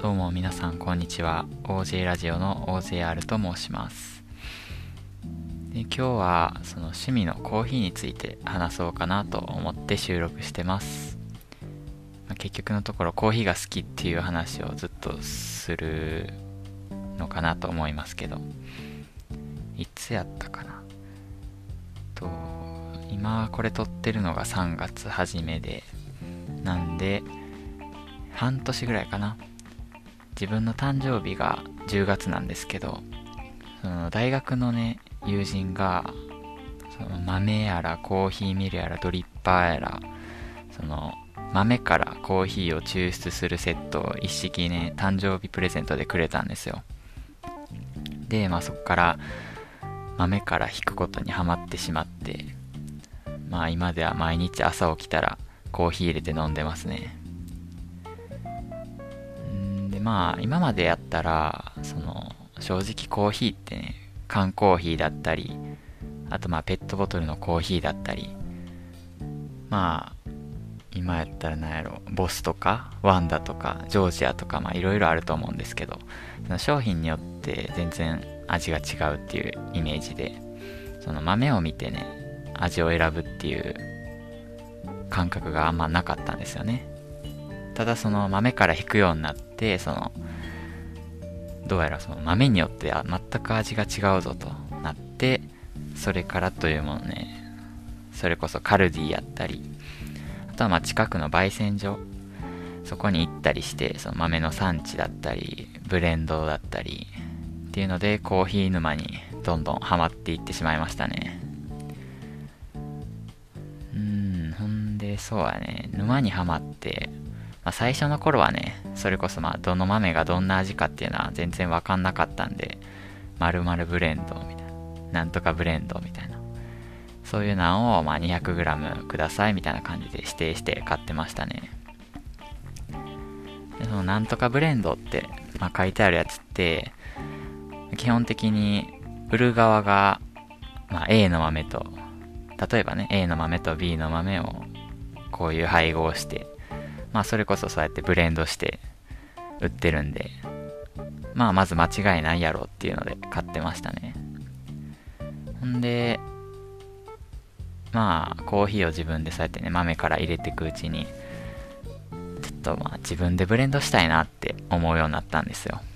どうも皆さんこんにちは。 OJ ラジオの OJR と申します。で、今日はその趣味のコーヒーについて話そうかなと思って収録してます。結局のところコーヒーが好きっていう話をずっとするのかなと思いますけど、いつやったかなと、今これ撮ってるのが3月初めで、なんで半年ぐらいかな。自分の誕生日が10月なんですけど、その大学のね、友人がその豆やらコーヒーミルやらドリッパーやら、その豆からコーヒーを抽出するセットを一式ね、誕生日プレゼントでくれたんですよ。で、そこから豆から引くことにハマってしまって、今では毎日朝起きたらコーヒー入れて飲んでますね。で、今までやったら正直コーヒーってね、缶コーヒーだったり、あとペットボトルのコーヒーだったり、今やったらボスとかワンダとかジョージアとかいろいろあると思うんですけど、その商品によって全然味が違うっていうイメージで、その豆を見てね、味を選ぶっていう感覚があんまなかったんですよね。ただその豆から引くようになって、どうやらその豆によっては全く味が違うぞとなって、それからというものね、それこそカルディやったり、あとは近くの焙煎所、そこに行ったりして、その豆の産地だったりブレンドだったりっていうので、コーヒー沼にどんどんハマっていってしまいましたね。ほんでそうやね、沼にはまって、最初の頃はね、それこそどの豆がどんな味かっていうのは全然わかんなかったんで、〇〇ブレンドみたいな、なんとかブレンドみたいな、そういうのを200g くださいみたいな感じで指定して買ってましたね。で、そのなんとかブレンドって、書いてあるやつって、基本的に売る側が、A の豆と、例えばね A の豆と B の豆をこういう配合して、それこそそうやってブレンドして売ってるんで、まず間違いないやろうっていうので買ってましたね。ほんでコーヒーを自分でそうやってね、豆から入れていくうちに、ちょっと自分でブレンドしたいなって思うようになったんですよ。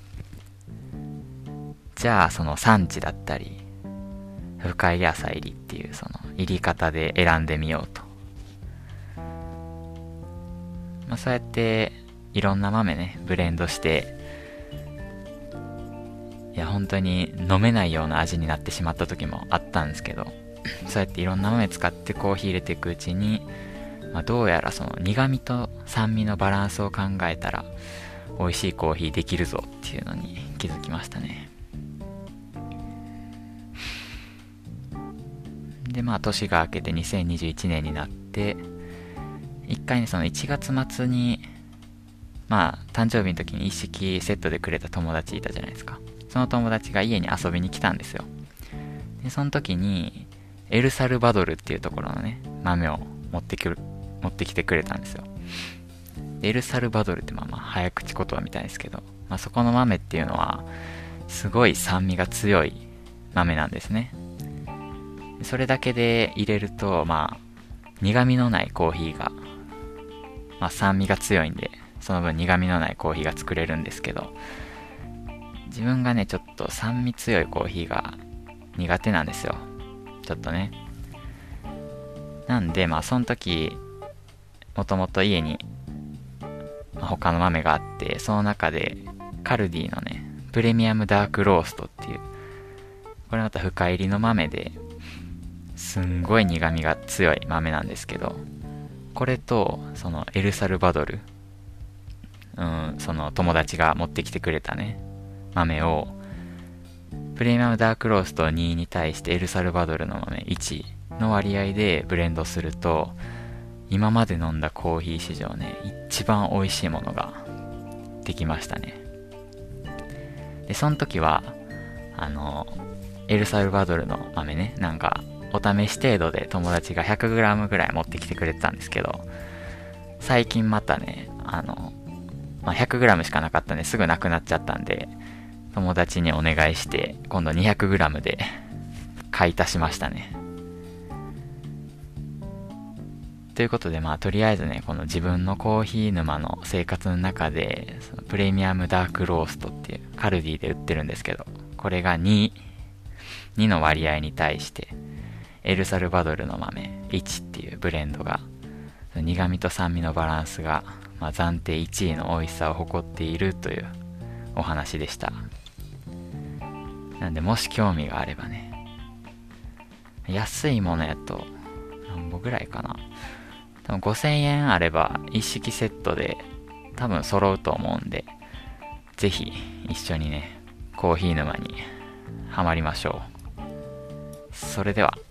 じゃあその産地だったり深い朝入りっていうその入り方で選んでみようと。そうやっていろんな豆ね、ブレンドして、いや本当に飲めないような味になってしまった時もあったんですけど、そうやっていろんな豆使ってコーヒー入れていくうちに、どうやらその苦味と酸味のバランスを考えたら美味しいコーヒーできるぞっていうのに気づきましたね。で年が明けて2021年になって、一回ね、その1月末に誕生日の時に一式セットでくれた友達いたじゃないですか。その友達が家に遊びに来たんですよ。でその時にエルサルバドルっていうところのね、豆を持ってきてくれたんですよ。でエルサルバドルって早口言葉みたいですけど、そこの豆っていうのはすごい酸味が強い豆なんですね。それだけで入れると苦味のないコーヒーが、酸味が強いんで、その分苦味のないコーヒーが作れるんですけど、自分がねちょっと酸味強いコーヒーが苦手なんですよ、ちょっとね。なんでその時もともと家に、他の豆があって、その中でカルディのねプレミアムダークローストっていう、これまた深入りの豆ですんごい苦味が強い豆なんですけど、これとそのエルサルバドル、その友達が持ってきてくれたね豆を、プレミアムダークロースト2に対してエルサルバドルの豆1の割合でブレンドすると、今まで飲んだコーヒー史上ね一番美味しいものができましたね。でその時はエルサルバドルの豆ね、お試し程度で友達が 100g ぐらい持ってきてくれてたんですけど、最近またねまあ、100g しかなかったんですぐなくなっちゃったんで、友達にお願いして、今度 200g で買い足しましたね。ということで、まあ、とりあえずね、この自分のコーヒー沼の生活の中で、そのプレミアムダークローストっていうカルディで売ってるんですけど、これが2の割合に対して、エルサルバドルの豆1っていうブレンドが、苦味と酸味のバランスが、まあ、暫定1位の美味しさを誇っているというお話でした。なんで、もし興味があればね、安いものやと何本ぐらいかな、多分5000円あれば一式セットで多分揃うと思うんで、ぜひ一緒にねコーヒー沼にハマりましょう。それでは。